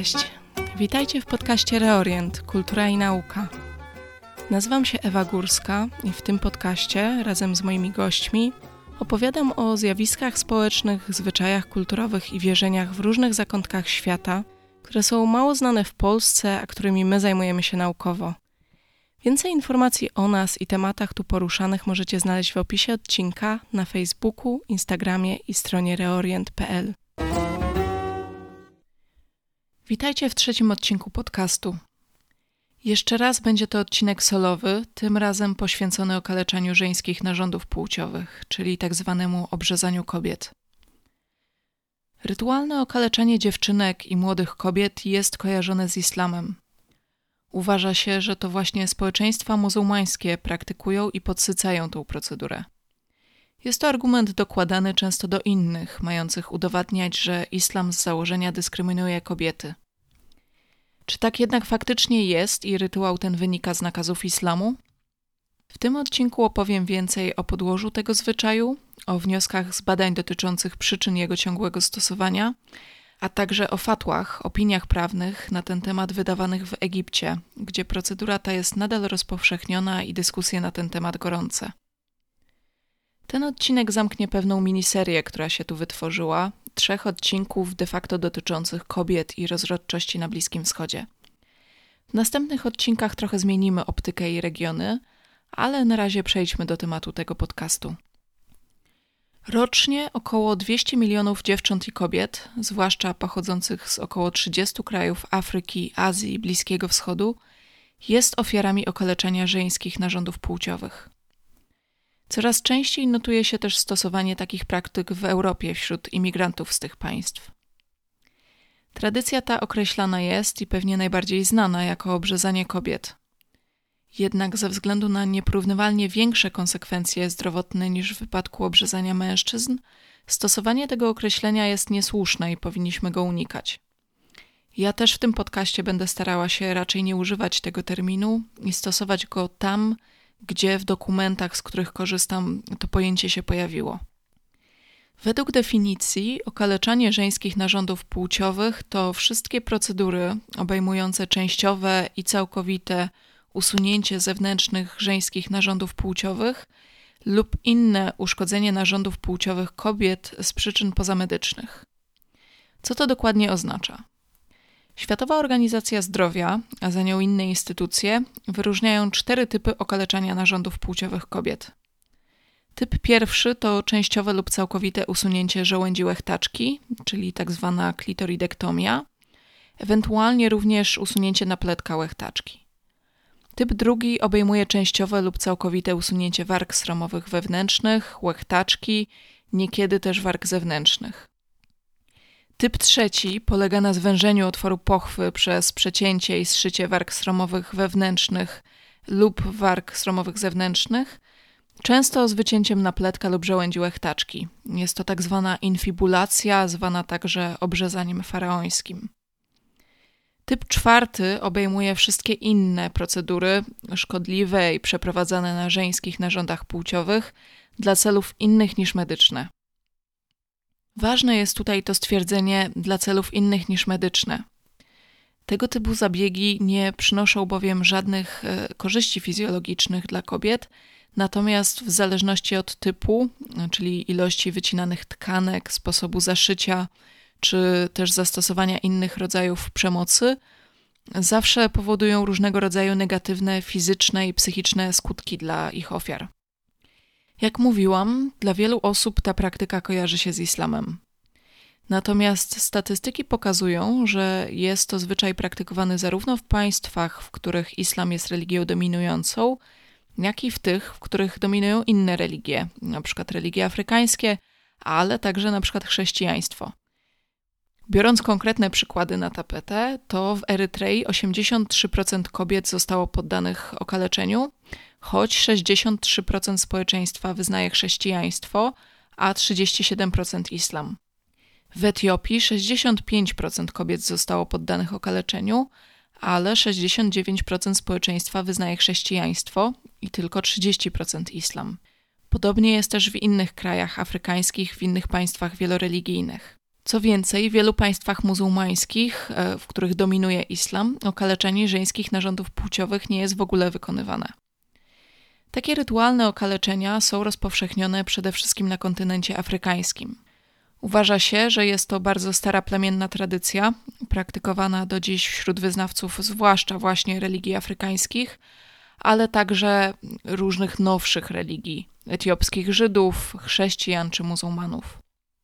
Cześć, witajcie w podcaście Reorient – Kultura i Nauka. Nazywam się Ewa Górska i w tym podcaście razem z moimi gośćmi opowiadam o zjawiskach społecznych, zwyczajach kulturowych i wierzeniach w różnych zakątkach świata, które są mało znane w Polsce, a którymi my zajmujemy się naukowo. Więcej informacji o nas i tematach tu poruszanych możecie znaleźć w opisie odcinka na Facebooku, Instagramie i stronie reorient.pl. Witajcie w trzecim odcinku podcastu. Jeszcze raz będzie to odcinek solowy, tym razem poświęcony okaleczaniu żeńskich narządów płciowych, czyli tak zwanemu obrzezaniu kobiet. Rytualne okaleczanie dziewczynek i młodych kobiet jest kojarzone z islamem. Uważa się, że to właśnie społeczeństwa muzułmańskie praktykują i podsycają tą procedurę. Jest to argument dokładany często do innych, mających udowadniać, że islam z założenia dyskryminuje kobiety. Czy tak jednak faktycznie jest i rytuał ten wynika z nakazów islamu? W tym odcinku opowiem więcej o podłożu tego zwyczaju, o wnioskach z badań dotyczących przyczyn jego ciągłego stosowania, a także o fatłach, opiniach prawnych na ten temat wydawanych w Egipcie, gdzie procedura ta jest nadal rozpowszechniona i dyskusje na ten temat gorące. Ten odcinek zamknie pewną miniserię, która się tu wytworzyła, 3 odcinków de facto dotyczących kobiet i rozrodczości na Bliskim Wschodzie. W następnych odcinkach trochę zmienimy optykę i regiony, ale na razie przejdźmy do tematu tego podcastu. Rocznie około 200 milionów dziewcząt i kobiet, zwłaszcza pochodzących z około 30 krajów Afryki, Azji i Bliskiego Wschodu, jest ofiarami okaleczania żeńskich narządów płciowych. Coraz częściej notuje się też stosowanie takich praktyk w Europie wśród imigrantów z tych państw. Tradycja ta określana jest i pewnie najbardziej znana jako obrzezanie kobiet. Jednak ze względu na nieporównywalnie większe konsekwencje zdrowotne niż w wypadku obrzezania mężczyzn, stosowanie tego określenia jest niesłuszne i powinniśmy go unikać. Ja też w tym podcaście będę starała się raczej nie używać tego terminu i stosować go tam, gdzie w dokumentach, z których korzystam, to pojęcie się pojawiło. Według definicji okaleczanie żeńskich narządów płciowych to wszystkie procedury obejmujące częściowe i całkowite usunięcie zewnętrznych żeńskich narządów płciowych lub inne uszkodzenie narządów płciowych kobiet z przyczyn pozamedycznych. Co to dokładnie oznacza? Światowa Organizacja Zdrowia, a za nią inne instytucje, wyróżniają 4 typy okaleczania narządów płciowych kobiet. Typ pierwszy to częściowe lub całkowite usunięcie żołędzi łechtaczki, czyli tzw. klitoridektomia, ewentualnie również usunięcie napletka łechtaczki. Typ drugi obejmuje częściowe lub całkowite usunięcie warg sromowych wewnętrznych, łechtaczki, niekiedy też warg zewnętrznych. Typ trzeci polega na zwężeniu otworu pochwy przez przecięcie i zszycie warg sromowych wewnętrznych lub warg sromowych zewnętrznych, często z wycięciem napletka lub żołędzi łechtaczki. Jest to tak zwana infibulacja, zwana także obrzezaniem faraońskim. Typ czwarty obejmuje wszystkie inne procedury szkodliwe i przeprowadzane na żeńskich narządach płciowych dla celów innych niż medyczne. Ważne jest tutaj to stwierdzenie dla celów innych niż medyczne. Tego typu zabiegi nie przynoszą bowiem żadnych korzyści fizjologicznych dla kobiet, natomiast w zależności od typu, czyli ilości wycinanych tkanek, sposobu zaszycia, czy też zastosowania innych rodzajów przemocy, zawsze powodują różnego rodzaju negatywne fizyczne i psychiczne skutki dla ich ofiar. Jak mówiłam, dla wielu osób ta praktyka kojarzy się z islamem. Natomiast statystyki pokazują, że jest to zwyczaj praktykowany zarówno w państwach, w których islam jest religią dominującą, jak i w tych, w których dominują inne religie, np. religie afrykańskie, ale także np. chrześcijaństwo. Biorąc konkretne przykłady na tapetę, to w Erytrei 83% kobiet zostało poddanych okaleczeniu, choć 63% społeczeństwa wyznaje chrześcijaństwo, a 37% islam. W Etiopii 65% kobiet zostało poddanych okaleczeniu, ale 69% społeczeństwa wyznaje chrześcijaństwo i tylko 30% islam. Podobnie jest też w innych krajach afrykańskich, w innych państwach wieloreligijnych. Co więcej, w wielu państwach muzułmańskich, w których dominuje islam, okaleczenie żeńskich narządów płciowych nie jest w ogóle wykonywane. Takie rytualne okaleczenia są rozpowszechnione przede wszystkim na kontynencie afrykańskim. Uważa się, że jest to bardzo stara plemienna tradycja, praktykowana do dziś wśród wyznawców zwłaszcza właśnie religii afrykańskich, ale także różnych nowszych religii, etiopskich Żydów, chrześcijan czy muzułmanów.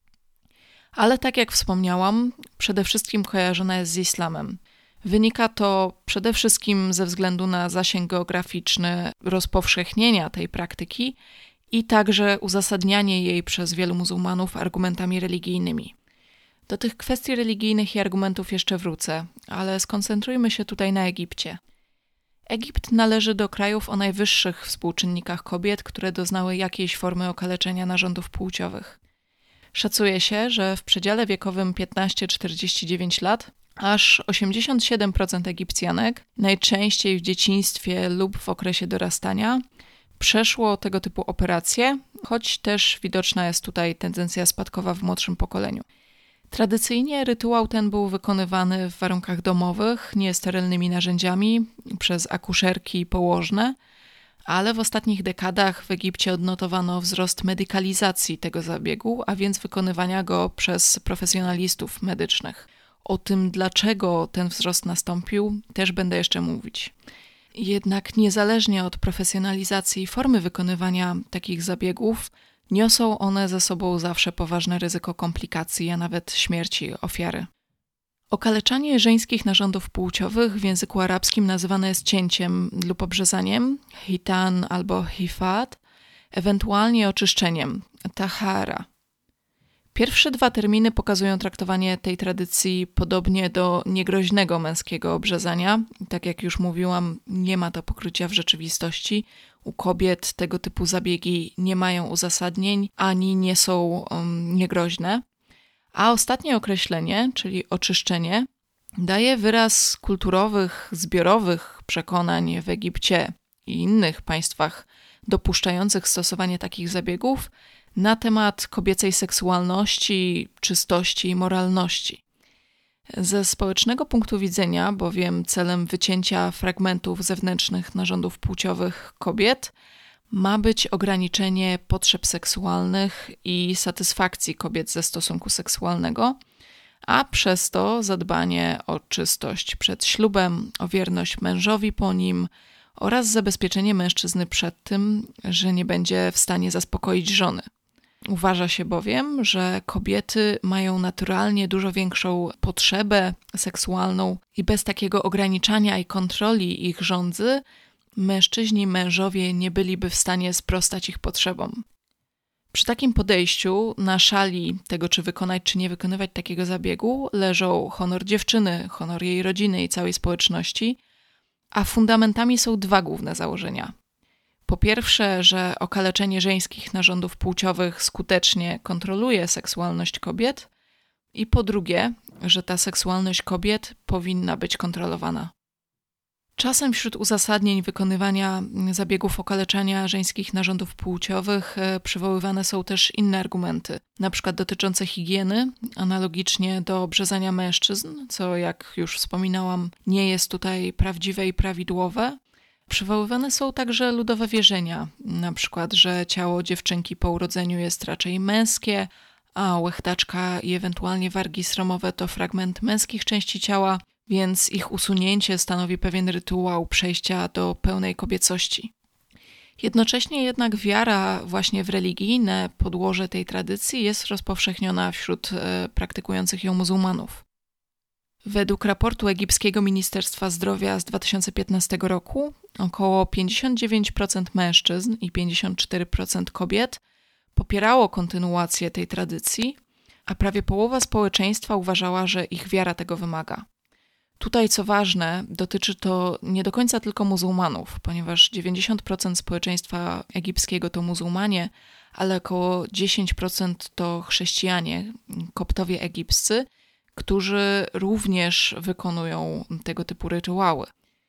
Ale tak jak wspomniałam, przede wszystkim kojarzona jest z islamem. Wynika to przede wszystkim ze względu na zasięg geograficzny rozpowszechnienia tej praktyki i także uzasadnianie jej przez wielu muzułmanów argumentami religijnymi. Do tych kwestii religijnych i argumentów jeszcze wrócę, ale skoncentrujmy się tutaj na Egipcie. Egipt należy do krajów o najwyższych współczynnikach kobiet, które doznały jakiejś formy okaleczenia narządów płciowych. Szacuje się, że w przedziale wiekowym 15-49 lat aż 87% Egipcjanek, najczęściej w dzieciństwie lub w okresie dorastania, przeszło tego typu operacje, choć też widoczna jest tutaj tendencja spadkowa w młodszym pokoleniu. Tradycyjnie rytuał ten był wykonywany w warunkach domowych, niesterylnymi narzędziami, przez akuszerki i położne, ale w ostatnich dekadach w Egipcie odnotowano wzrost medykalizacji tego zabiegu, a więc wykonywania go przez profesjonalistów medycznych. O tym, dlaczego ten wzrost nastąpił, też będę jeszcze mówić. Jednak niezależnie od profesjonalizacji i formy wykonywania takich zabiegów, niosą one ze sobą zawsze poważne ryzyko komplikacji, a nawet śmierci ofiary. Okaleczanie żeńskich narządów płciowych w języku arabskim nazywane jest cięciem lub obrzezaniem, hitan albo hifat, ewentualnie oczyszczeniem, tahara. Pierwsze dwa terminy pokazują traktowanie tej tradycji podobnie do niegroźnego męskiego obrzezania. Tak jak już mówiłam, nie ma to pokrycia w rzeczywistości. U kobiet tego typu zabiegi nie mają uzasadnień, ani nie są niegroźne. A ostatnie określenie, czyli oczyszczenie, daje wyraz kulturowych, zbiorowych przekonań w Egipcie i innych państwach dopuszczających stosowanie takich zabiegów na temat kobiecej seksualności, czystości i moralności. Ze społecznego punktu widzenia, bowiem celem wycięcia fragmentów zewnętrznych narządów płciowych kobiet ma być ograniczenie potrzeb seksualnych i satysfakcji kobiet ze stosunku seksualnego, a przez to zadbanie o czystość przed ślubem, o wierność mężowi po nim oraz zabezpieczenie mężczyzny przed tym, że nie będzie w stanie zaspokoić żony. Uważa się bowiem, że kobiety mają naturalnie dużo większą potrzebę seksualną i bez takiego ograniczania i kontroli ich żądzy mężczyźni, mężowie nie byliby w stanie sprostać ich potrzebom. Przy takim podejściu na szali tego, czy wykonać, czy nie wykonywać takiego zabiegu, leżą honor dziewczyny, honor jej rodziny i całej społeczności, a fundamentami są dwa główne założenia. Po pierwsze, że okaleczenie żeńskich narządów płciowych skutecznie kontroluje seksualność kobiet i po drugie, że ta seksualność kobiet powinna być kontrolowana. Czasem wśród uzasadnień wykonywania zabiegów okaleczania żeńskich narządów płciowych przywoływane są też inne argumenty, na przykład dotyczące higieny, analogicznie do obrzezania mężczyzn, co jak już wspominałam nie jest tutaj prawdziwe i prawidłowe. Przywoływane są także ludowe wierzenia, na przykład, że ciało dziewczynki po urodzeniu jest raczej męskie, a łechtaczka i ewentualnie wargi sromowe to fragment męskich części ciała, więc ich usunięcie stanowi pewien rytuał przejścia do pełnej kobiecości. Jednocześnie jednak wiara właśnie w religijne podłoże tej tradycji jest rozpowszechniona wśród praktykujących ją muzułmanów. Według raportu egipskiego Ministerstwa Zdrowia z 2015 roku około 59% mężczyzn i 54% kobiet popierało kontynuację tej tradycji, a prawie połowa społeczeństwa uważała, że ich wiara tego wymaga. Tutaj, co ważne, dotyczy to nie do końca tylko muzułmanów, ponieważ 90% społeczeństwa egipskiego to muzułmanie, ale około 10% to chrześcijanie, koptowie egipscy, którzy również wykonują tego typu rytuały.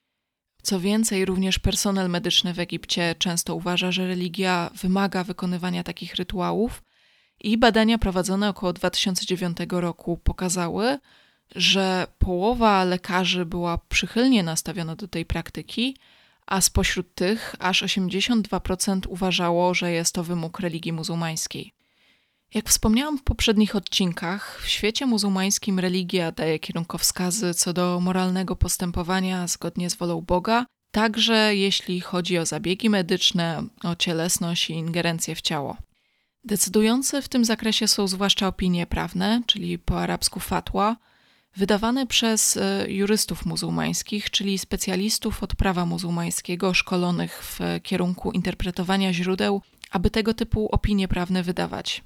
Co więcej, również personel medyczny w Egipcie często uważa, że religia wymaga wykonywania takich rytuałów I badania prowadzone około 2009 roku pokazały, że połowa lekarzy była przychylnie nastawiona do tej praktyki, a spośród tych aż 82% uważało, że jest to wymóg religii muzułmańskiej. Jak wspomniałam w poprzednich odcinkach, w świecie muzułmańskim religia daje kierunkowskazy co do moralnego postępowania zgodnie z wolą Boga, także jeśli chodzi o zabiegi medyczne, o cielesność i ingerencję w ciało. Decydujące w tym zakresie są zwłaszcza opinie prawne, czyli po arabsku fatwa, wydawane przez jurystów muzułmańskich, czyli specjalistów od prawa muzułmańskiego szkolonych w kierunku interpretowania źródeł, aby tego typu opinie prawne wydawać.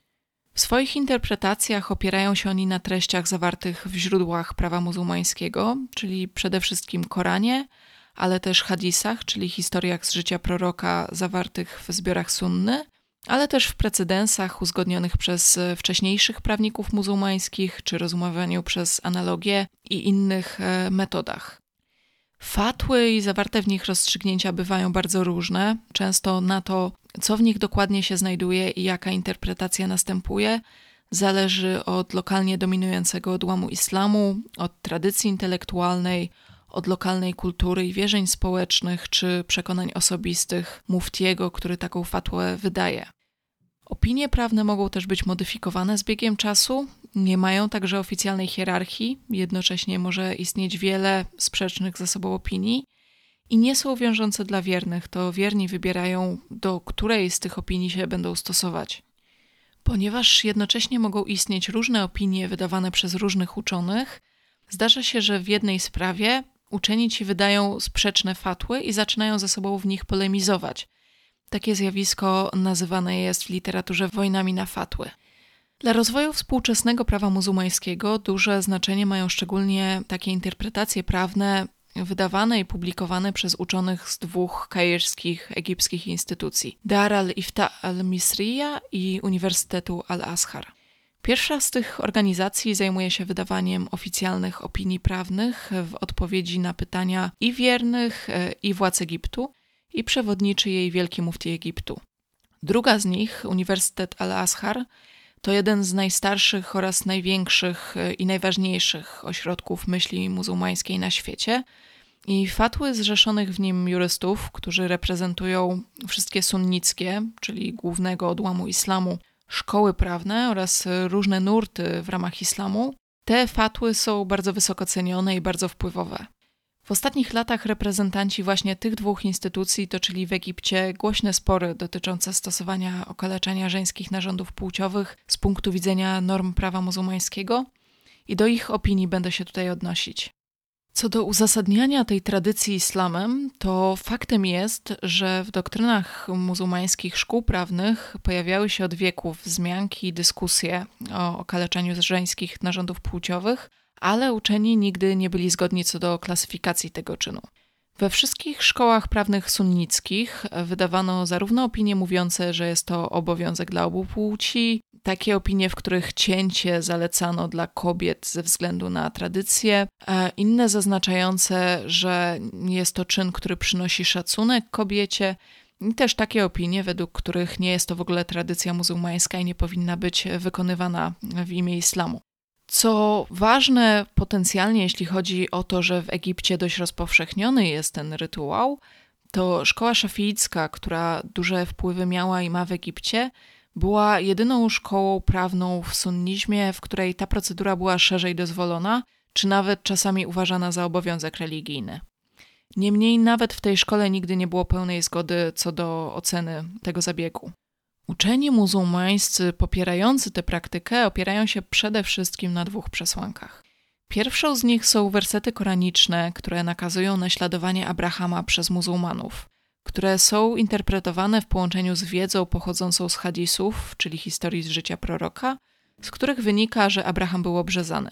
W swoich interpretacjach opierają się oni na treściach zawartych w źródłach prawa muzułmańskiego, czyli przede wszystkim Koranie, ale też hadisach, czyli historiach z życia proroka zawartych w zbiorach sunny, ale też w precedensach uzgodnionych przez wcześniejszych prawników muzułmańskich, czy rozumowaniu przez analogię i innych metodach. Fatwy i zawarte w nich rozstrzygnięcia bywają bardzo różne, często na to, co w nich dokładnie się znajduje i jaka interpretacja następuje, zależy od lokalnie dominującego odłamu islamu, od tradycji intelektualnej, od lokalnej kultury i wierzeń społecznych czy przekonań osobistych muftiego, który taką fatwę wydaje. Opinie prawne mogą też być modyfikowane z biegiem czasu, nie mają także oficjalnej hierarchii, jednocześnie może istnieć wiele sprzecznych ze sobą opinii i nie są wiążące dla wiernych, to wierni wybierają, do której z tych opinii się będą stosować. Ponieważ jednocześnie mogą istnieć różne opinie wydawane przez różnych uczonych, zdarza się, że w jednej sprawie uczeni ci wydają sprzeczne fatwy i zaczynają ze sobą w nich polemizować. Takie zjawisko nazywane jest w literaturze wojnami na fatwy. Dla rozwoju współczesnego prawa muzułmańskiego duże znaczenie mają szczególnie takie interpretacje prawne wydawane i publikowane przez uczonych z dwóch kairskich, egipskich instytucji, Dar al-Ifta al-Misriya i Uniwersytetu Al-Azhar. Pierwsza z tych organizacji zajmuje się wydawaniem oficjalnych opinii prawnych w odpowiedzi na pytania i wiernych, i władz Egiptu, i przewodniczy jej wielki mufti Egiptu. Druga z nich, Uniwersytet Al-Azhar, to jeden z najstarszych oraz największych i najważniejszych ośrodków myśli muzułmańskiej na świecie i fatwy zrzeszonych w nim jurystów, którzy reprezentują wszystkie sunnickie, czyli głównego odłamu islamu, szkoły prawne oraz różne nurty w ramach islamu, te fatwy są bardzo wysoko cenione i bardzo wpływowe. W ostatnich latach reprezentanci właśnie tych dwóch instytucji toczyli w Egipcie głośne spory dotyczące stosowania okaleczania żeńskich narządów płciowych z punktu widzenia norm prawa muzułmańskiego i do ich opinii będę się tutaj odnosić. Co do uzasadniania tej tradycji islamem, to faktem jest, że w doktrynach muzułmańskich szkół prawnych pojawiały się od wieków wzmianki i dyskusje o okaleczaniu żeńskich narządów płciowych, ale uczeni nigdy nie byli zgodni co do klasyfikacji tego czynu. We wszystkich szkołach prawnych sunnickich wydawano zarówno opinie mówiące, że jest to obowiązek dla obu płci, takie opinie, w których cięcie zalecano dla kobiet ze względu na tradycję, a inne zaznaczające, że jest to czyn, który przynosi szacunek kobiecie, i też takie opinie, według których nie jest to w ogóle tradycja muzułmańska i nie powinna być wykonywana w imię islamu. Co ważne potencjalnie, jeśli chodzi o to, że w Egipcie dość rozpowszechniony jest ten rytuał, to szkoła szafiicka, która duże wpływy miała i ma w Egipcie, była jedyną szkołą prawną w sunnizmie, w której ta procedura była szerzej dozwolona, czy nawet czasami uważana za obowiązek religijny. Niemniej nawet w tej szkole nigdy nie było pełnej zgody co do oceny tego zabiegu. Uczeni muzułmańscy popierający tę praktykę opierają się przede wszystkim na dwóch przesłankach. Pierwszą z nich są wersety koraniczne, które nakazują naśladowanie Abrahama przez muzułmanów, które są interpretowane w połączeniu z wiedzą pochodzącą z hadisów, czyli historii z życia proroka, z których wynika, że Abraham był obrzezany.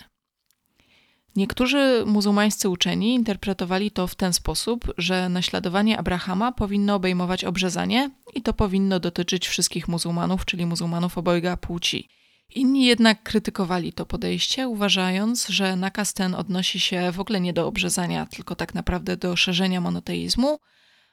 Niektórzy muzułmańscy uczeni interpretowali to w ten sposób, że naśladowanie Abrahama powinno obejmować obrzezanie i to powinno dotyczyć wszystkich muzułmanów, czyli muzułmanów obojga płci. Inni jednak krytykowali to podejście, uważając, że nakaz ten odnosi się w ogóle nie do obrzezania, tylko tak naprawdę do szerzenia monoteizmu,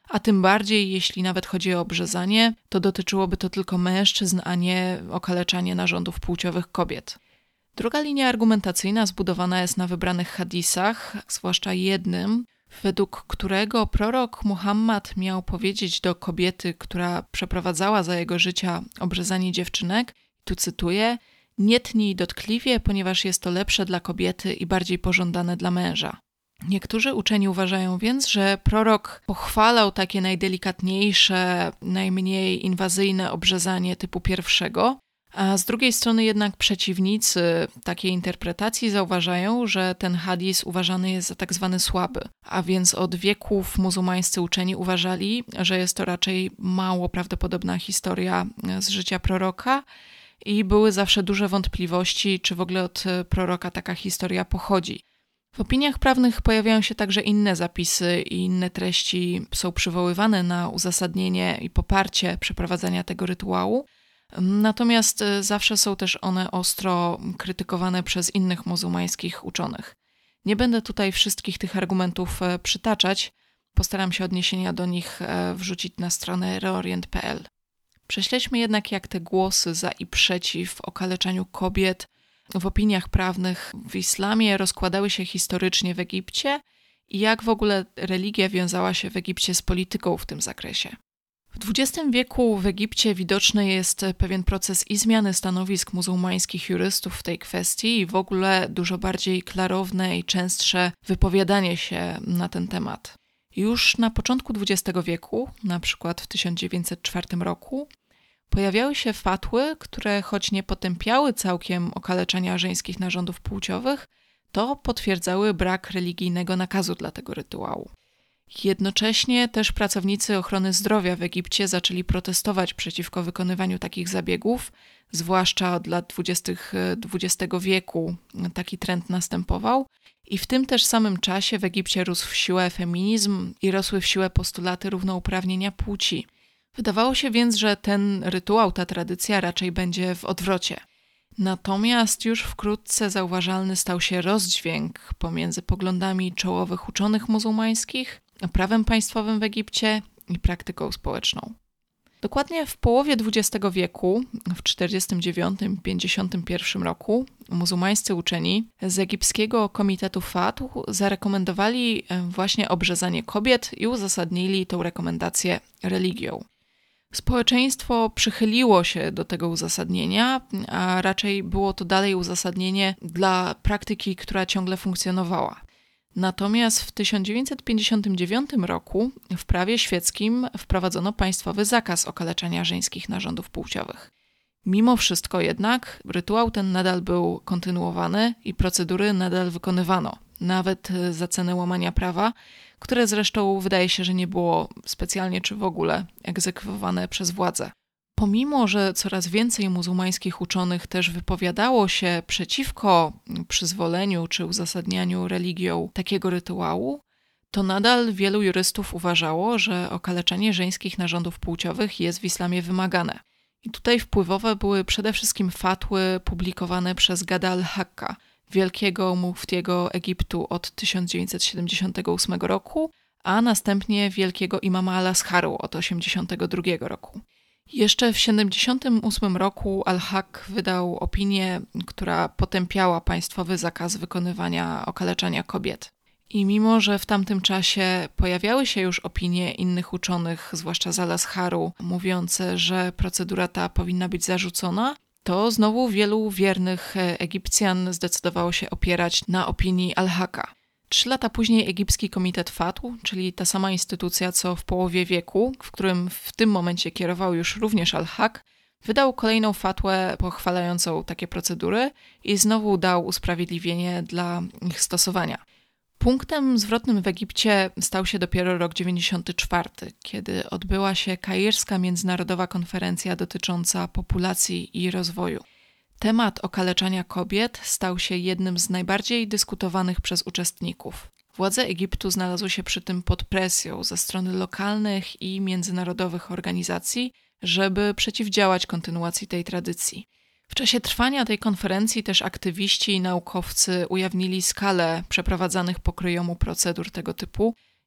a tym bardziej jeśli nawet chodzi o obrzezanie, to dotyczyłoby to tylko mężczyzn, a nie okaleczanie narządów płciowych kobiet. Druga linia argumentacyjna zbudowana jest na wybranych hadisach, zwłaszcza jednym, według którego prorok Muhammad miał powiedzieć do kobiety, która przeprowadzała za jego życia obrzezanie dziewczynek, tu cytuję: nie tnij dotkliwie, ponieważ jest to lepsze dla kobiety i bardziej pożądane dla męża. Niektórzy uczeni uważają więc, że prorok pochwalał takie najdelikatniejsze, najmniej inwazyjne obrzezanie typu pierwszego, a z drugiej strony jednak przeciwnicy takiej interpretacji zauważają, że ten hadis uważany jest za tak zwany słaby, a więc od wieków muzułmańscy uczeni uważali, że jest to raczej mało prawdopodobna historia z życia proroka i były zawsze duże wątpliwości, czy w ogóle od proroka taka historia pochodzi. W opiniach prawnych pojawiają się także inne zapisy i inne treści są przywoływane na uzasadnienie i poparcie przeprowadzania tego rytuału, natomiast zawsze są też one ostro krytykowane przez innych muzułmańskich uczonych. Nie będę tutaj wszystkich tych argumentów przytaczać, postaram się odniesienia do nich wrzucić na stronę reorient.pl. Prześledźmy jednak, jak te głosy za i przeciw okaleczaniu kobiet w opiniach prawnych w islamie rozkładały się historycznie w Egipcie i jak w ogóle religia wiązała się w Egipcie z polityką w tym zakresie. W XX wieku w Egipcie widoczny jest pewien proces i zmiany stanowisk muzułmańskich jurystów w tej kwestii i w ogóle dużo bardziej klarowne i częstsze wypowiadanie się na ten temat. Już na początku XX wieku, na przykład w 1904 roku, pojawiały się fatły, które choć nie potępiały całkiem okaleczania żeńskich narządów płciowych, to potwierdzały brak religijnego nakazu dla tego rytuału. Jednocześnie też pracownicy ochrony zdrowia w Egipcie zaczęli protestować przeciwko wykonywaniu takich zabiegów, zwłaszcza od lat 20. XX wieku taki trend następował i w tym też samym czasie w Egipcie rósł w siłę feminizm i rosły w siłę postulaty równouprawnienia płci. Wydawało się więc, że ten rytuał, ta tradycja raczej będzie w odwrocie. Natomiast już wkrótce zauważalny stał się rozdźwięk pomiędzy poglądami czołowych uczonych muzułmańskich, prawem państwowym w Egipcie i praktyką społeczną. Dokładnie w połowie XX wieku, w 1949-1951 roku, muzułmańscy uczeni z egipskiego Komitetu Fatw zarekomendowali właśnie obrzezanie kobiet i uzasadnili tę rekomendację religią. Społeczeństwo przychyliło się do tego uzasadnienia, a raczej było to dalej uzasadnienie dla praktyki, która ciągle funkcjonowała. Natomiast w 1959 roku w prawie świeckim wprowadzono państwowy zakaz okaleczania żeńskich narządów płciowych. Mimo wszystko jednak rytuał ten nadal był kontynuowany i procedury nadal wykonywano, nawet za cenę łamania prawa, które zresztą wydaje się, że nie było specjalnie czy w ogóle egzekwowane przez władze. Pomimo że coraz więcej muzułmańskich uczonych też wypowiadało się przeciwko przyzwoleniu czy uzasadnianiu religią takiego rytuału, to nadal wielu jurystów uważało, że okaleczanie żeńskich narządów płciowych jest w islamie wymagane. I tutaj wpływowe były przede wszystkim fatły publikowane przez Gada al-Hakka, wielkiego muftiego Egiptu od 1978 roku, a następnie wielkiego imama al-Azharu od 1982 roku. Jeszcze w 1978 roku al-Hak wydał opinię, która potępiała państwowy zakaz wykonywania okaleczania kobiet. I mimo że w tamtym czasie pojawiały się już opinie innych uczonych, zwłaszcza z al-Azharu, mówiące, że procedura ta powinna być zarzucona, to znowu wielu wiernych Egipcjan zdecydowało się opierać na opinii al-Haka. 3 lata później Egipski Komitet Fatw, czyli ta sama instytucja co w połowie wieku, w którym w tym momencie kierował już również al-Hak, wydał kolejną fatwę pochwalającą takie procedury i znowu dał usprawiedliwienie dla ich stosowania. Punktem zwrotnym w Egipcie stał się dopiero rok 94, kiedy odbyła się Kairska Międzynarodowa Konferencja dotycząca populacji i rozwoju. Temat okaleczania kobiet stał się jednym z najbardziej dyskutowanych przez uczestników. Władze Egiptu znalazły się przy tym pod presją ze strony lokalnych i międzynarodowych organizacji, żeby przeciwdziałać kontynuacji tej tradycji. W czasie trwania tej konferencji też aktywiści i naukowcy ujawnili skalę przeprowadzanych pokryjomu procedur tego typu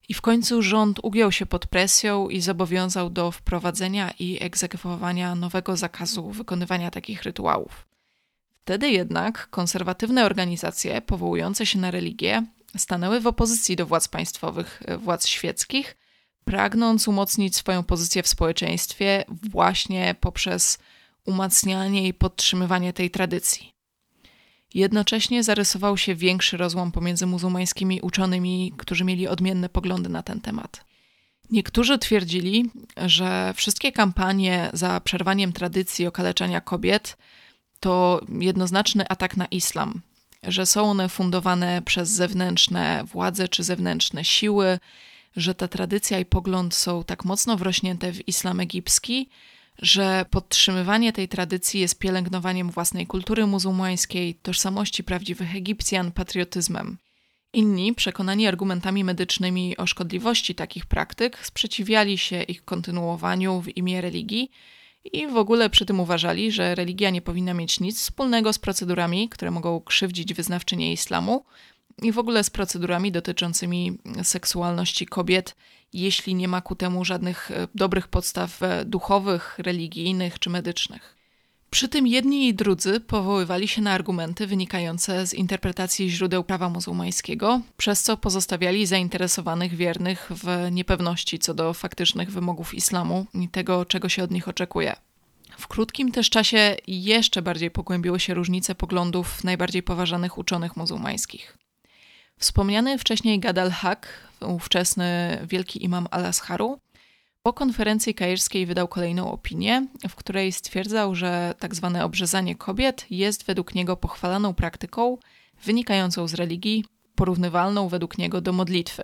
I w końcu rząd ugiął się pod presją i zobowiązał do wprowadzenia i egzekwowania nowego zakazu wykonywania takich rytuałów. Wtedy jednak konserwatywne organizacje powołujące się na religię stanęły w opozycji do władz państwowych, władz świeckich, pragnąc umocnić swoją pozycję w społeczeństwie właśnie poprzez umacnianie i podtrzymywanie tej tradycji. Jednocześnie zarysował się większy rozłam pomiędzy muzułmańskimi uczonymi, którzy mieli odmienne poglądy na ten temat. Niektórzy twierdzili, że wszystkie kampanie za przerwaniem tradycji okaleczania kobiet to jednoznaczny atak na islam, że są one fundowane przez zewnętrzne władze czy zewnętrzne siły, że ta tradycja i pogląd są tak mocno wrośnięte w islam egipski, że podtrzymywanie tej tradycji jest pielęgnowaniem własnej kultury muzułmańskiej, tożsamości prawdziwych Egipcjan, patriotyzmem. Inni, przekonani argumentami medycznymi o szkodliwości takich praktyk, sprzeciwiali się ich kontynuowaniu w imię religii i w ogóle przy tym uważali, że religia nie powinna mieć nic wspólnego z procedurami, które mogą krzywdzić wyznawczynię islamu i w ogóle z procedurami dotyczącymi seksualności kobiet, jeśli nie ma ku temu żadnych dobrych podstaw duchowych, religijnych czy medycznych. Przy tym jedni i drudzy powoływali się na argumenty wynikające z interpretacji źródeł prawa muzułmańskiego, przez co pozostawiali zainteresowanych wiernych w niepewności co do faktycznych wymogów islamu i tego, czego się od nich oczekuje. W krótkim też czasie jeszcze bardziej pogłębiły się różnice poglądów najbardziej poważanych uczonych muzułmańskich. Wspomniany wcześniej Gad al-Haq, ówczesny wielki imam al-Azharu, po konferencji kairskiej wydał kolejną opinię, w której stwierdzał, że tzw. obrzezanie kobiet jest według niego pochwalaną praktyką wynikającą z religii, porównywalną według niego do modlitwy.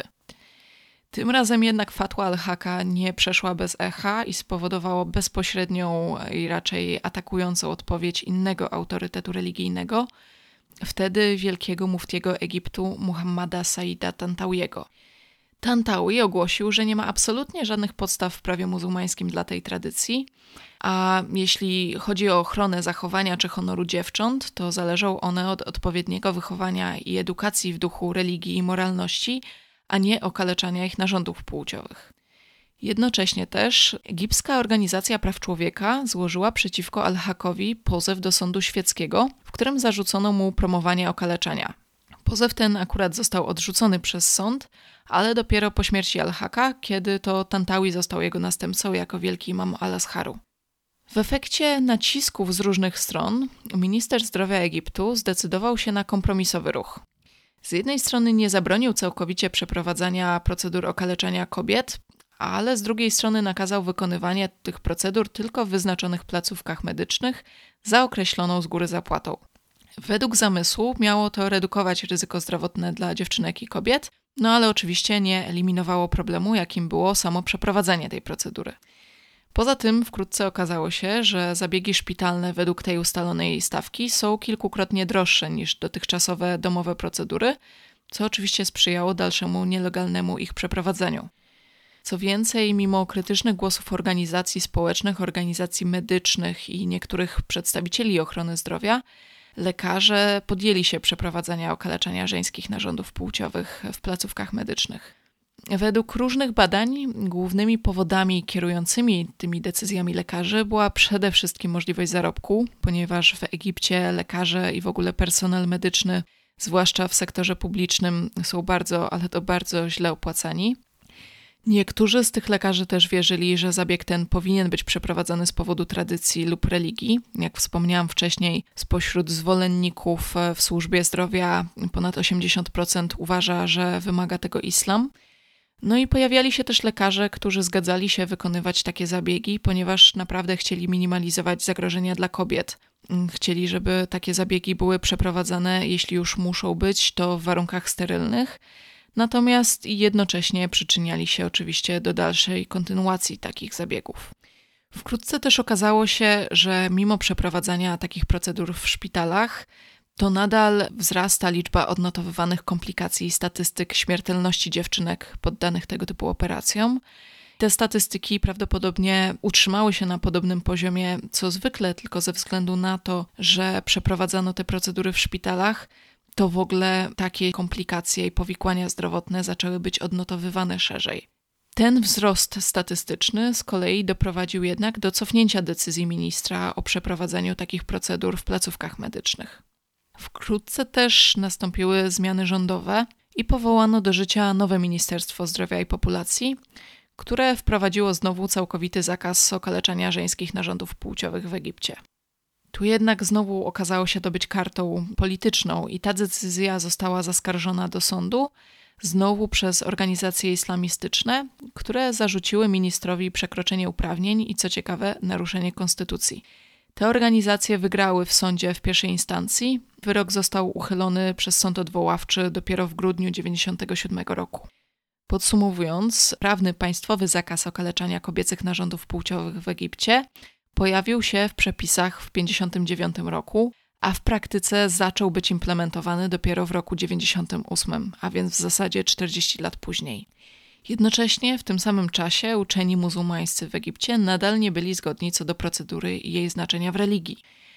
Tym razem jednak fatwa al-Haqa nie przeszła bez echa i spowodowało bezpośrednią i raczej atakującą odpowiedź innego autorytetu religijnego, wtedy wielkiego muftiego Egiptu Muhammada Saida Tantawiego. Tantawi ogłosił, że nie ma absolutnie żadnych podstaw w prawie muzułmańskim dla tej tradycji, a jeśli chodzi o ochronę zachowania czy honoru dziewcząt, to zależą one od odpowiedniego wychowania i edukacji w duchu religii i moralności, a nie okaleczania ich narządów płciowych. Jednocześnie też Egipska Organizacja Praw Człowieka złożyła przeciwko al-Haqowi pozew do sądu świeckiego, w którym zarzucono mu promowanie okaleczania. Pozew ten akurat został odrzucony przez sąd, ale dopiero po śmierci al-Haqa, kiedy to Tantawi został jego następcą jako wielki imam al-Azharu. W efekcie nacisków z różnych stron minister zdrowia Egiptu zdecydował się na kompromisowy ruch. Z jednej strony nie zabronił całkowicie przeprowadzania procedur okaleczania kobiet, ale z drugiej strony nakazał wykonywanie tych procedur tylko w wyznaczonych placówkach medycznych za określoną z góry zapłatą. Według zamysłu miało to redukować ryzyko zdrowotne dla dziewczynek i kobiet, no ale oczywiście nie eliminowało problemu, jakim było samo przeprowadzenie tej procedury. Poza tym wkrótce okazało się, że zabiegi szpitalne według tej ustalonej stawki są kilkukrotnie droższe niż dotychczasowe domowe procedury, co oczywiście sprzyjało dalszemu nielegalnemu ich przeprowadzeniu. Co więcej, mimo krytycznych głosów organizacji społecznych, organizacji medycznych i niektórych przedstawicieli ochrony zdrowia, lekarze podjęli się przeprowadzania okaleczania żeńskich narządów płciowych w placówkach medycznych. Według różnych badań głównymi powodami kierującymi tymi decyzjami lekarzy była przede wszystkim możliwość zarobku, ponieważ w Egipcie lekarze i w ogóle personel medyczny, zwłaszcza w sektorze publicznym, są bardzo, ale to bardzo źle opłacani. Niektórzy z tych lekarzy też wierzyli, że zabieg ten powinien być przeprowadzany z powodu tradycji lub religii. Jak wspomniałam wcześniej, spośród zwolenników w służbie zdrowia ponad 80% uważa, że wymaga tego islam. No i pojawiali się też lekarze, którzy zgadzali się wykonywać takie zabiegi, ponieważ naprawdę chcieli minimalizować zagrożenia dla kobiet. Chcieli, żeby takie zabiegi były przeprowadzane, jeśli już muszą być, to w warunkach sterylnych. Natomiast jednocześnie przyczyniali się oczywiście do dalszej kontynuacji takich zabiegów. Wkrótce też okazało się, że mimo przeprowadzania takich procedur w szpitalach, to nadal wzrasta liczba odnotowywanych komplikacji i statystyk śmiertelności dziewczynek poddanych tego typu operacjom. Te statystyki prawdopodobnie utrzymały się na podobnym poziomie co zwykle, tylko ze względu na to, że przeprowadzano te procedury w szpitalach, to w ogóle takie komplikacje i powikłania zdrowotne zaczęły być odnotowywane szerzej. Ten wzrost statystyczny z kolei doprowadził jednak do cofnięcia decyzji ministra o przeprowadzeniu takich procedur w placówkach medycznych. Wkrótce też nastąpiły zmiany rządowe i powołano do życia nowe Ministerstwo Zdrowia i Populacji, które wprowadziło znowu całkowity zakaz okaleczania żeńskich narządów płciowych w Egipcie. Tu jednak znowu okazało się to być kartą polityczną i ta decyzja została zaskarżona do sądu, znowu przez organizacje islamistyczne, które zarzuciły ministrowi przekroczenie uprawnień i, co ciekawe, naruszenie konstytucji. Te organizacje wygrały w sądzie w pierwszej instancji. Wyrok został uchylony przez sąd odwoławczy dopiero w grudniu 1997 roku. Podsumowując, prawny państwowy zakaz okaleczania kobiecych narządów płciowych w Egipcie pojawił się w przepisach w 1959 roku, a w praktyce zaczął być implementowany dopiero w roku 1998, a więc w zasadzie 40 lat później. Jednocześnie w tym samym czasie uczeni muzułmańscy w Egipcie nadal nie byli zgodni co do procedury i jej znaczenia w religii.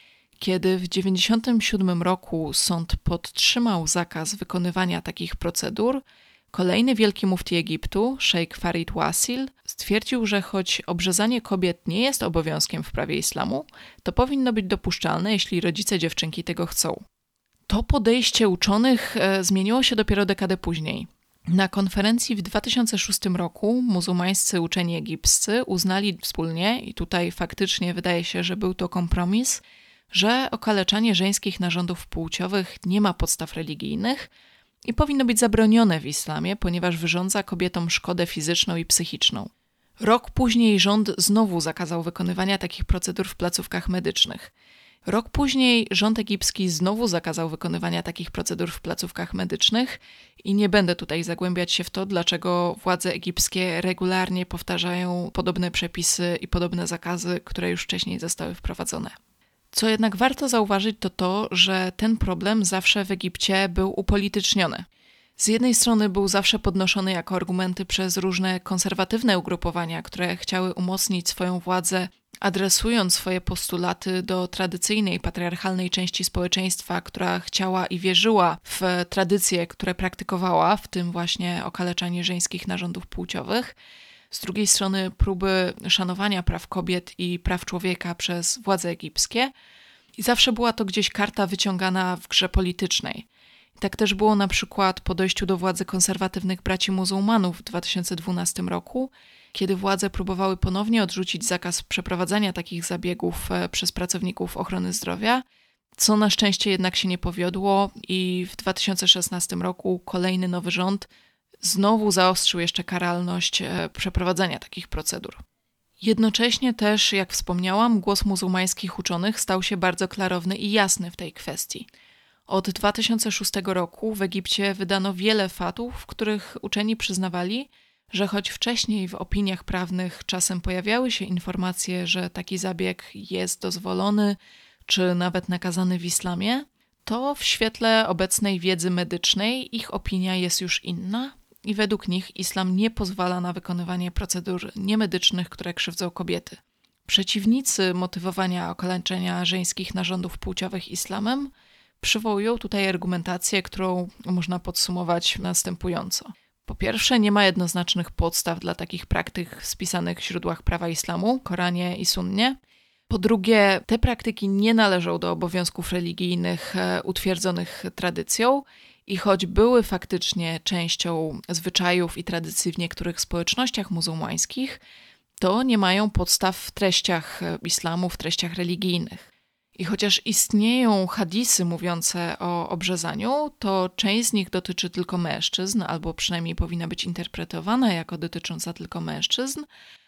Kiedy w 1997 roku sąd podtrzymał zakaz wykonywania takich procedur, kolejny wielki mufti Egiptu, szejk Farid Wasil, stwierdził, że choć obrzezanie kobiet nie jest obowiązkiem w prawie islamu, to powinno być dopuszczalne, jeśli rodzice dziewczynki tego chcą. To podejście uczonych zmieniło się dopiero dekadę później. Na konferencji w 2006 roku muzułmańscy uczeni egipscy uznali wspólnie, i tutaj faktycznie wydaje się, że był to kompromis, że okaleczanie żeńskich narządów płciowych nie ma podstaw religijnych i powinno być zabronione w islamie, ponieważ wyrządza kobietom szkodę fizyczną i psychiczną. Rok później rząd znowu zakazał wykonywania takich procedur w placówkach medycznych. Rok później rząd egipski znowu zakazał wykonywania takich procedur w placówkach medycznych i nie będę tutaj zagłębiać się w to, dlaczego władze egipskie regularnie powtarzają podobne przepisy i podobne zakazy, które już wcześniej zostały wprowadzone. Co jednak warto zauważyć, to to, że ten problem zawsze w Egipcie był upolityczniony. Z jednej strony był zawsze podnoszony jako argumenty przez różne konserwatywne ugrupowania, które chciały umocnić swoją władzę, adresując swoje postulaty do tradycyjnej, patriarchalnej części społeczeństwa, która chciała i wierzyła w tradycje, które praktykowała, w tym właśnie okaleczanie żeńskich narządów płciowych. Z drugiej strony próby szanowania praw kobiet i praw człowieka przez władze egipskie. I zawsze była to gdzieś karta wyciągana w grze politycznej. I tak też było na przykład po dojściu do władzy konserwatywnych braci muzułmanów w 2012 roku, kiedy władze próbowały ponownie odrzucić zakaz przeprowadzania takich zabiegów przez pracowników ochrony zdrowia, co na szczęście jednak się nie powiodło i w 2016 roku kolejny nowy rząd znowu zaostrzył jeszcze karalność przeprowadzania takich procedur. Jednocześnie też, jak wspomniałam, głos muzułmańskich uczonych stał się bardzo klarowny i jasny w tej kwestii. Od 2006 roku w Egipcie wydano wiele fatów, w których uczeni przyznawali, że choć wcześniej w opiniach prawnych czasem pojawiały się informacje, że taki zabieg jest dozwolony czy nawet nakazany w islamie, to w świetle obecnej wiedzy medycznej ich opinia jest już inna i według nich islam nie pozwala na wykonywanie procedur niemedycznych, które krzywdzą kobiety. Przeciwnicy motywowania okaleczenia żeńskich narządów płciowych islamem przywołują tutaj argumentację, którą można podsumować następująco. Po pierwsze, nie ma jednoznacznych podstaw dla takich praktyk spisanych w źródłach prawa islamu, Koranie i Sunnie. Po drugie, te praktyki nie należą do obowiązków religijnych utwierdzonych tradycją i choć były faktycznie częścią zwyczajów i tradycji w niektórych społecznościach muzułmańskich, to nie mają podstaw w treściach islamu, w treściach religijnych. I chociaż istnieją hadisy mówiące o obrzezaniu, to część z nich dotyczy tylko mężczyzn, albo przynajmniej powinna być interpretowana jako dotycząca tylko mężczyzn,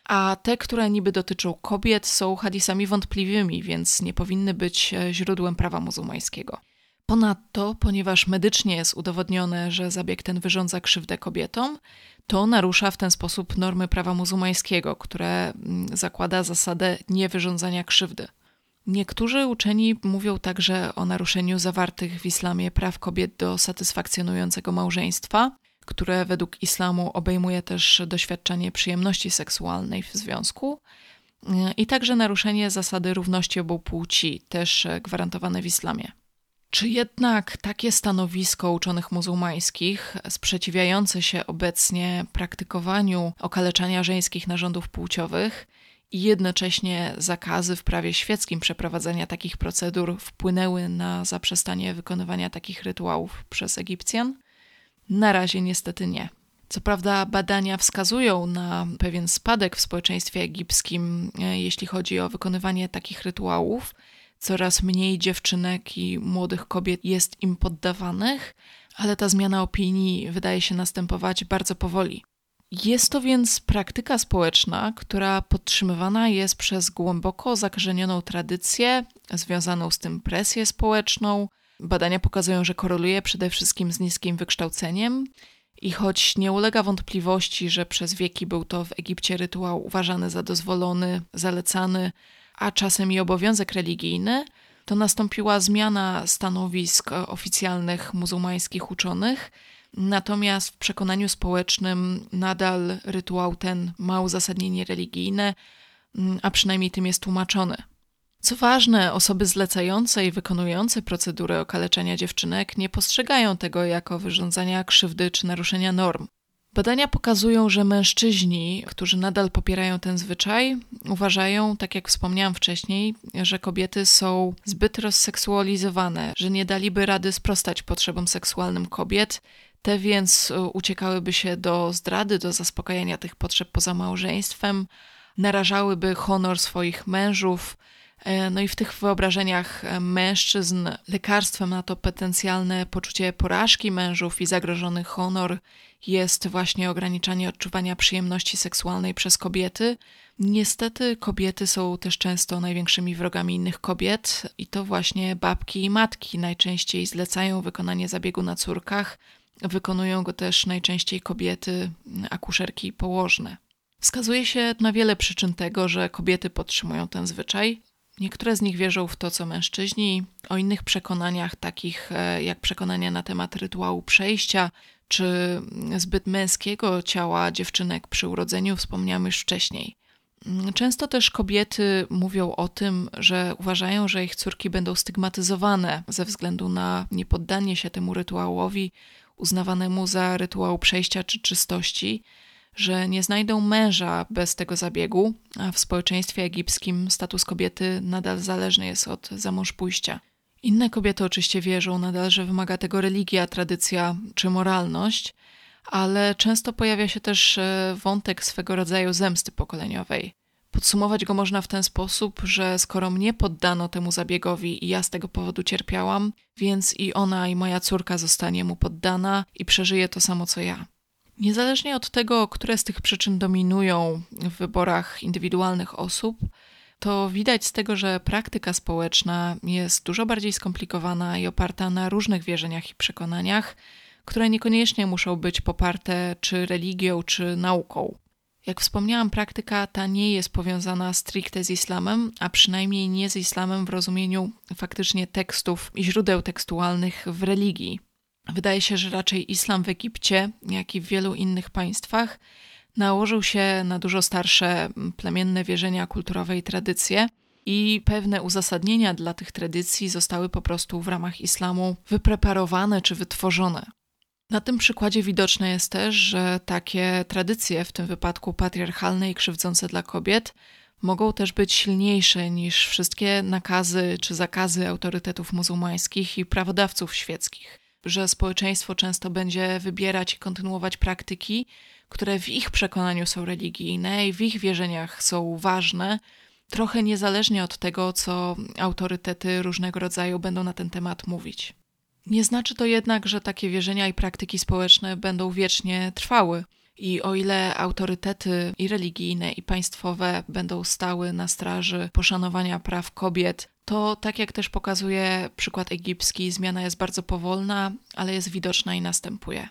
a te, które niby dotyczą kobiet, są hadisami wątpliwymi, więc nie powinny być źródłem prawa muzułmańskiego. Ponadto, ponieważ medycznie jest udowodnione, że zabieg ten wyrządza krzywdę kobietom, to narusza w ten sposób normy prawa muzułmańskiego, które zakłada zasadę niewyrządzania krzywdy. Niektórzy uczeni mówią także o naruszeniu zawartych w islamie praw kobiet do satysfakcjonującego małżeństwa, które według islamu obejmuje też doświadczenie przyjemności seksualnej w związku, i także naruszenie zasady równości obu płci, też gwarantowane w islamie. Czy jednak takie stanowisko uczonych muzułmańskich, sprzeciwiające się obecnie praktykowaniu okaleczania żeńskich narządów płciowych i jednocześnie zakazy w prawie świeckim przeprowadzenia takich procedur wpłynęły na zaprzestanie wykonywania takich rytuałów przez Egipcjan? Na razie niestety nie. Co prawda badania wskazują na pewien spadek w społeczeństwie egipskim, jeśli chodzi o wykonywanie takich rytuałów. Coraz mniej dziewczynek i młodych kobiet jest im poddawanych, ale ta zmiana opinii wydaje się następować bardzo powoli. Jest to więc praktyka społeczna, która podtrzymywana jest przez głęboko zakorzenioną tradycję, związaną z tym presję społeczną. Badania pokazują, że koreluje przede wszystkim z niskim wykształceniem i choć nie ulega wątpliwości, że przez wieki był to w Egipcie rytuał uważany za dozwolony, zalecany, a czasem i obowiązek religijny, to nastąpiła zmiana stanowisk oficjalnych muzułmańskich uczonych, natomiast w przekonaniu społecznym nadal rytuał ten ma uzasadnienie religijne, a przynajmniej tym jest tłumaczony. Co ważne, osoby zlecające i wykonujące procedury okaleczania dziewczynek nie postrzegają tego jako wyrządzania krzywdy czy naruszenia norm. Badania pokazują, że mężczyźni, którzy nadal popierają ten zwyczaj, uważają, tak jak wspomniałam wcześniej, że kobiety są zbyt rozseksualizowane, że nie daliby rady sprostać potrzebom seksualnym kobiet, te więc uciekałyby się do zdrady, do zaspokajania tych potrzeb poza małżeństwem, narażałyby honor swoich mężów. No i w tych wyobrażeniach mężczyzn lekarstwem na to potencjalne poczucie porażki mężów i zagrożony honor jest właśnie ograniczanie odczuwania przyjemności seksualnej przez kobiety. Niestety kobiety są też często największymi wrogami innych kobiet i to właśnie babki i matki najczęściej zlecają wykonanie zabiegu na córkach. Wykonują go też najczęściej kobiety, akuszerki i położne. Wskazuje się na wiele przyczyn tego, że kobiety podtrzymują ten zwyczaj. Niektóre z nich wierzą w to, co mężczyźni. O innych przekonaniach, takich jak przekonania na temat rytuału przejścia, czy zbyt męskiego ciała dziewczynek przy urodzeniu, wspomniałam już wcześniej. Często też kobiety mówią o tym, że uważają, że ich córki będą stygmatyzowane ze względu na niepoddanie się temu rytuałowi, uznawanemu za rytuał przejścia czy czystości, że nie znajdą męża bez tego zabiegu, a w społeczeństwie egipskim status kobiety nadal zależny jest od zamążpójścia. Inne kobiety oczywiście wierzą nadal, że wymaga tego religia, tradycja czy moralność, ale często pojawia się też wątek swego rodzaju zemsty pokoleniowej. Podsumować go można w ten sposób, że skoro mnie poddano temu zabiegowi i ja z tego powodu cierpiałam, więc i ona i moja córka zostanie mu poddana i przeżyje to samo co ja. Niezależnie od tego, które z tych przyczyn dominują w wyborach indywidualnych osób, to widać z tego, że praktyka społeczna jest dużo bardziej skomplikowana i oparta na różnych wierzeniach i przekonaniach, które niekoniecznie muszą być poparte czy religią, czy nauką. Jak wspomniałam, praktyka ta nie jest powiązana stricte z islamem, a przynajmniej nie z islamem w rozumieniu faktycznie tekstów i źródeł tekstualnych w religii. Wydaje się, że raczej islam w Egipcie, jak i w wielu innych państwach, nałożył się na dużo starsze plemienne wierzenia kulturowe i tradycje i pewne uzasadnienia dla tych tradycji zostały po prostu w ramach islamu wypreparowane czy wytworzone. Na tym przykładzie widoczne jest też, że takie tradycje, w tym wypadku patriarchalne i krzywdzące dla kobiet, mogą też być silniejsze niż wszystkie nakazy czy zakazy autorytetów muzułmańskich i prawodawców świeckich. Że społeczeństwo często będzie wybierać i kontynuować praktyki, które w ich przekonaniu są religijne i w ich wierzeniach są ważne, trochę niezależnie od tego, co autorytety różnego rodzaju będą na ten temat mówić. Nie znaczy to jednak, że takie wierzenia i praktyki społeczne będą wiecznie trwały. I o ile autorytety i religijne, i państwowe będą stały na straży poszanowania praw kobiet, to tak jak też pokazuje przykład egipski, zmiana jest bardzo powolna, ale jest widoczna i następuje.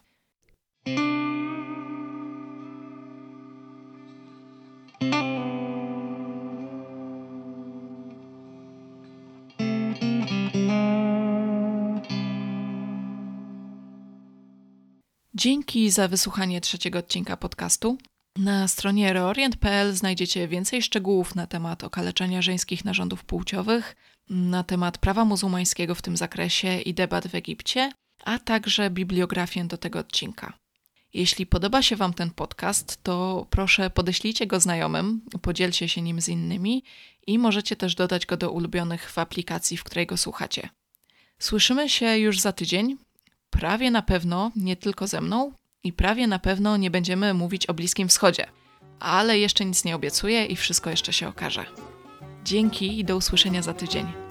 Dzięki za wysłuchanie 3. odcinka podcastu. Na stronie reorient.pl znajdziecie więcej szczegółów na temat okaleczania żeńskich narządów płciowych, na temat prawa muzułmańskiego w tym zakresie i debat w Egipcie, a także bibliografię do tego odcinka. Jeśli podoba się Wam ten podcast, to proszę podeślijcie go znajomym, podzielcie się nim z innymi i możecie też dodać go do ulubionych w aplikacji, w której go słuchacie. Słyszymy się już za tydzień. Prawie na pewno nie tylko ze mną i prawie na pewno nie będziemy mówić o Bliskim Wschodzie. Ale jeszcze nic nie obiecuję i wszystko jeszcze się okaże. Dzięki i do usłyszenia za tydzień.